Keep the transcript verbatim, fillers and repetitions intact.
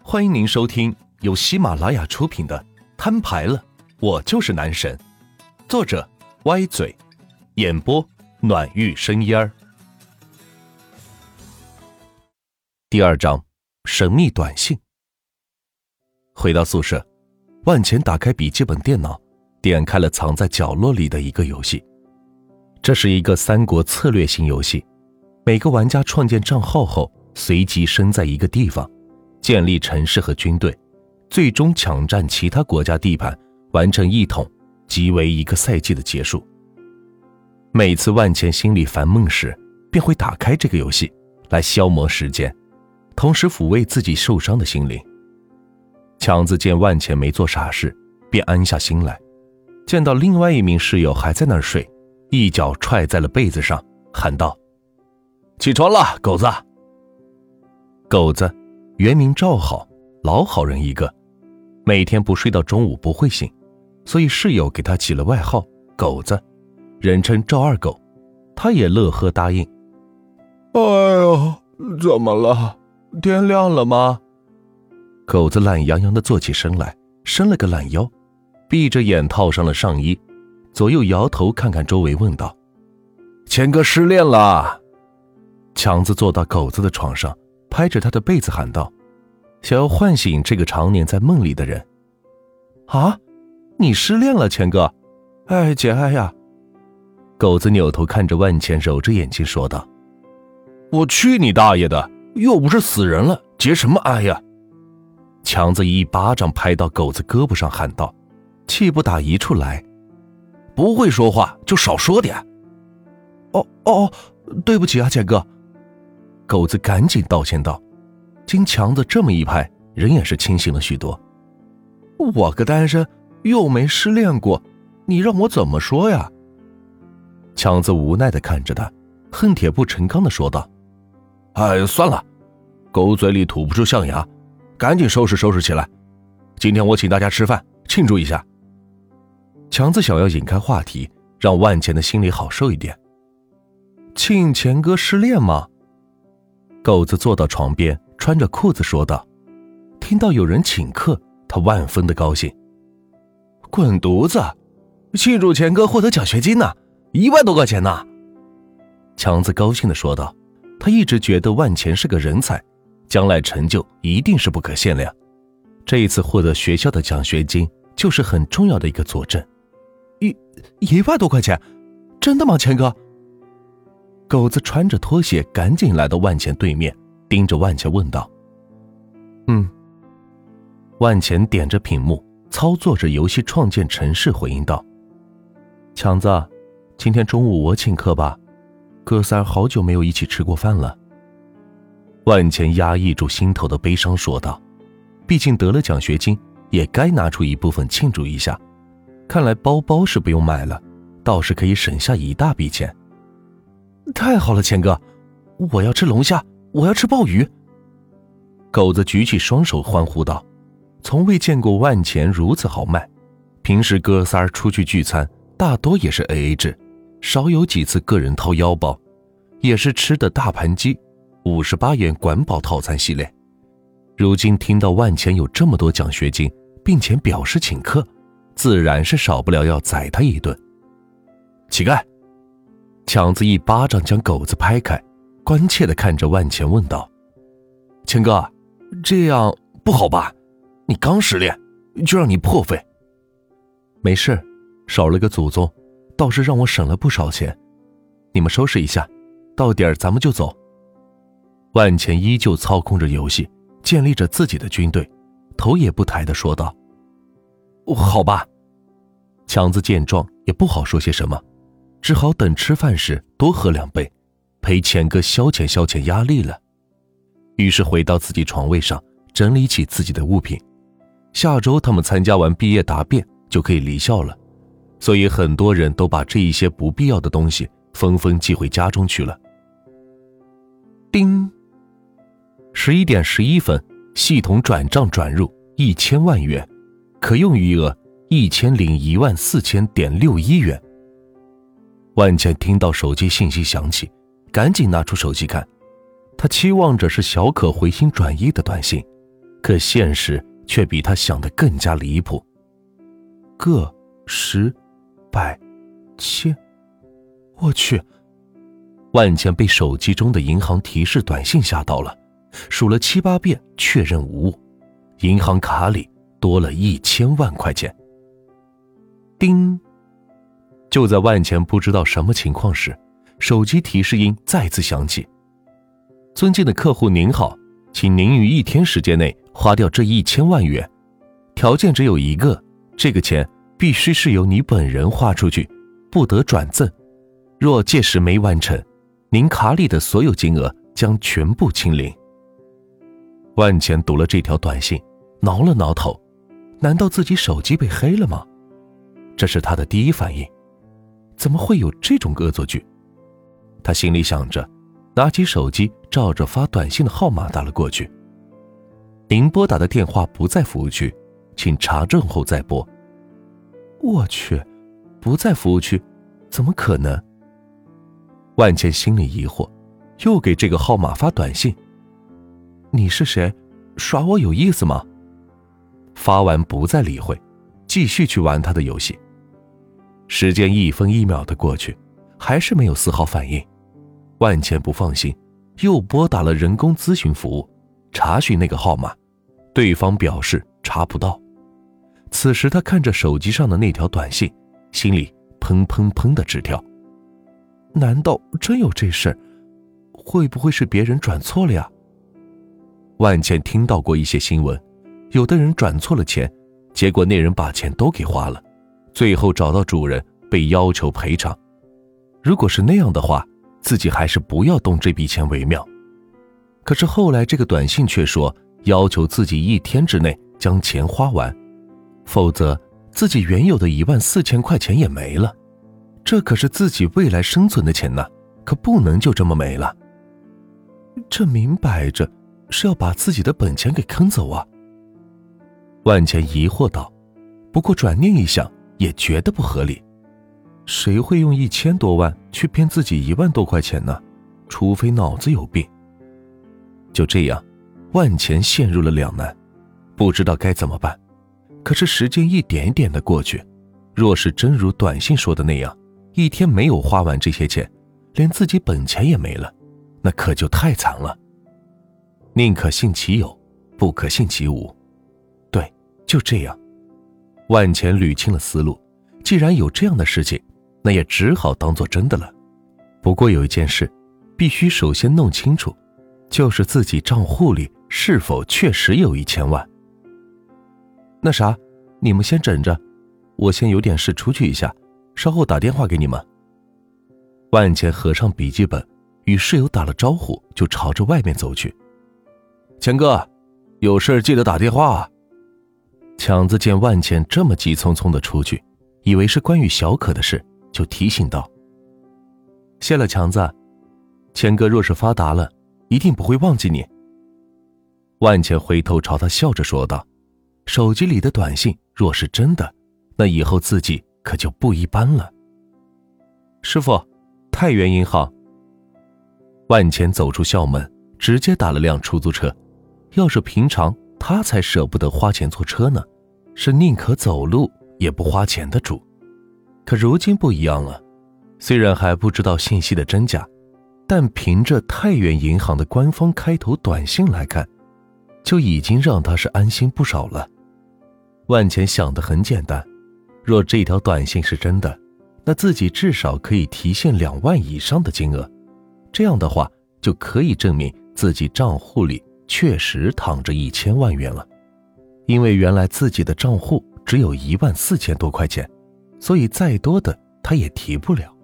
欢迎您收听由喜马拉雅出品的《摊牌了，我就是男神》，作者歪嘴，演播暖玉生烟儿。第二章，神秘短信。回到宿舍，万钱打开笔记本电脑，点开了藏在角落里的一个游戏。这是一个三国策略型游戏，每个玩家创建账号后，随即身在一个地方，建立城市和军队，最终抢占其他国家地盘，完成一统，即为一个赛季的结束。每次万钱心里烦闷时，便会打开这个游戏来消磨时间，同时抚慰自己受伤的心灵。强子见万钱没做傻事，便安下心来，见到另外一名室友还在那儿睡，一脚踹在了被子上，喊道：起床了，狗子。狗子原名赵好，老好人一个，每天不睡到中午不会醒，所以室友给他起了外号狗子，人称赵二狗，他也乐呵答应。 哎呦，怎么了？天亮了吗？ 狗子懒洋洋地坐起身来，伸了个懒腰，闭着眼套上了上衣，左右摇头看看周围问道：钱哥失恋了。强子坐到狗子的床上，拍着他的被子喊道，想要唤醒这个常年在梦里的人。啊，你失恋了，钱哥？哎，节哀呀。狗子扭头看着万钱，揉着眼睛说道：我去你大爷的，又不是死人了，节什么哀呀？强子一巴掌拍到狗子胳膊上喊道，气不打一处来。不会说话就少说点。哦哦，对不起啊，钱哥。狗子赶紧道歉道，经强子这么一拍，人也是清醒了许多。我个单身又没失恋过，你让我怎么说呀？强子无奈地看着他，恨铁不成钢地说道：哎，算了，狗嘴里吐不出象牙，赶紧收拾收拾起来，今天我请大家吃饭庆祝一下。强子想要引开话题，让万钱的心里好受一点。庆钱哥失恋吗？狗子坐到床边，穿着裤子说道。听到有人请客，他万分的高兴。滚犊子，庆祝钱哥获得奖学金呢，一万多块钱呢。强子高兴地说道，他一直觉得万钱是个人才，将来成就一定是不可限量，这一次获得学校的奖学金就是很重要的一个佐证。一一万多块钱，真的吗，钱哥？狗子穿着拖鞋赶紧来到万钱对面，盯着万钱问道。嗯。万钱点着屏幕，操作着游戏创建城市，回应道：强子，今天中午我请客吧，哥仨好久没有一起吃过饭了。万钱压抑住心头的悲伤说道，毕竟得了奖学金，也该拿出一部分庆祝一下，看来包包是不用买了，倒是可以省下一大笔钱。太好了，钱哥，我要吃龙虾，我要吃鲍鱼。狗子举起双手欢呼道，从未见过万钱如此豪迈，平时哥仨出去聚餐大多也是 A A 制，少有几次个人掏腰包，也是吃的大盘鸡五十八元管饱套餐系列。如今听到万钱有这么多奖学金，并且表示请客，自然是少不了要宰他一顿。乞丐！强子一巴掌将狗子拍开，关切地看着万钱问道：钱哥，这样不好吧？你刚失恋就让你破费。没事，少了个祖宗，倒是让我省了不少钱。你们收拾一下，到点咱们就走。万钱依旧操控着游戏，建立着自己的军队，头也不抬地说道：好吧。强子见状也不好说些什么，只好等吃饭时多喝两杯，陪钱哥消遣消遣压力了。于是回到自己床位上，整理起自己的物品。下周他们参加完毕业答辩就可以离校了，所以很多人都把这一些不必要的东西纷纷寄回家中去了。叮，十一点十一分，系统转账转入一千万元，可用余额一千零一万四千点六一元。万钱听到手机信息响起，赶紧拿出手机看，他期望着是小可回心转意的短信， 可现实却比他想的更加离谱。 个、十、百、千，我去！ 万茜被手机中的银行提示短信吓到了，数了七八遍确认无误，银行卡里多了一千万块钱。叮！就在万茜不知道什么情况时，手机提示音再次响起。尊敬的客户您好，请您于一天时间内花掉这一千万元，条件只有一个，这个钱必须是由你本人花出去，不得转赠。若届时没完成，您卡里的所有金额将全部清零。万茜读了这条短信，挠了挠头，难道自己手机被黑了吗？这是他的第一反应，怎么会有这种恶作剧？他心里想着，拿起手机照着发短信的号码打了过去。您拨打的电话不在服务区，请查证后再拨。 我去，不在服务区，怎么可能？ 万茜心里疑惑，又给这个号码发短信。 你是谁？耍我有意思吗？ 发完不再理会，继续去玩他的游戏。时间一分一秒的过去，还是没有丝毫反应。万茜不放心，又拨打了人工咨询服务，查询那个号码，对方表示查不到。此时他看着手机上的那条短信，心里砰砰砰的直跳。 难道真有这事儿？会不会是别人转错了呀？ 万茜听到过一些新闻，有的人转错了钱，结果那人把钱都给花了，最后找到主人被要求赔偿。如果是那样的话，自己还是不要动这笔钱为妙。可是后来这个短信却说，要求自己一天之内将钱花完，否则自己原有的一万四千块钱也没了。这可是自己未来生存的钱呢，可不能就这么没了。 这明摆着是要把自己的本钱给坑走啊！ 万茜疑惑道，不过转念一想，也觉得不合理。 谁会用一千多万去骗自己一万多块钱呢？除非脑子有病。 就这样，万茜陷入了两难，不知道该怎么办。可是时间一点一点的过去，若是真如短信说的那样，一天没有花完这些钱，连自己本钱也没了，那可就太惨了。宁可信其有，不可信其无。对，就这样。万茜捋清了思路，既然有这样的事情，那也只好当作真的了。不过有一件事必须首先弄清楚，就是自己账户里是否确实有一千万。 那啥，你们先等着，我先有点事出去一下，稍后打电话给你们。 万茜合上笔记本，与室友打了招呼，就朝着外面走去。 钱哥，有事记得打电话啊。 强子见万茜这么急匆匆的出去，以为是关于小可的事，就提醒道： 谢了强子，钱哥若是发达了，一定不会忘记你。 万茜回头朝他笑着说道，手机里的短信若是真的，那以后自己可就不一般了。 师傅，太原银行。 万茜走出校门，直接打了辆出租车。要是平常他才舍不得花钱坐车呢，是宁可走路也不花钱的主。可如今不一样了，虽然还不知道信息的真假，但凭着太原银行的官方开头短信来看，就已经让他是安心不少了。万茜想得很简单，若这条短信是真的，那自己至少可以提现两万以上的金额，这样的话就可以证明自己账户里确实躺着一千万元了。因为原来自己的账户只有一万四千多块钱，所以再多的他也提不了。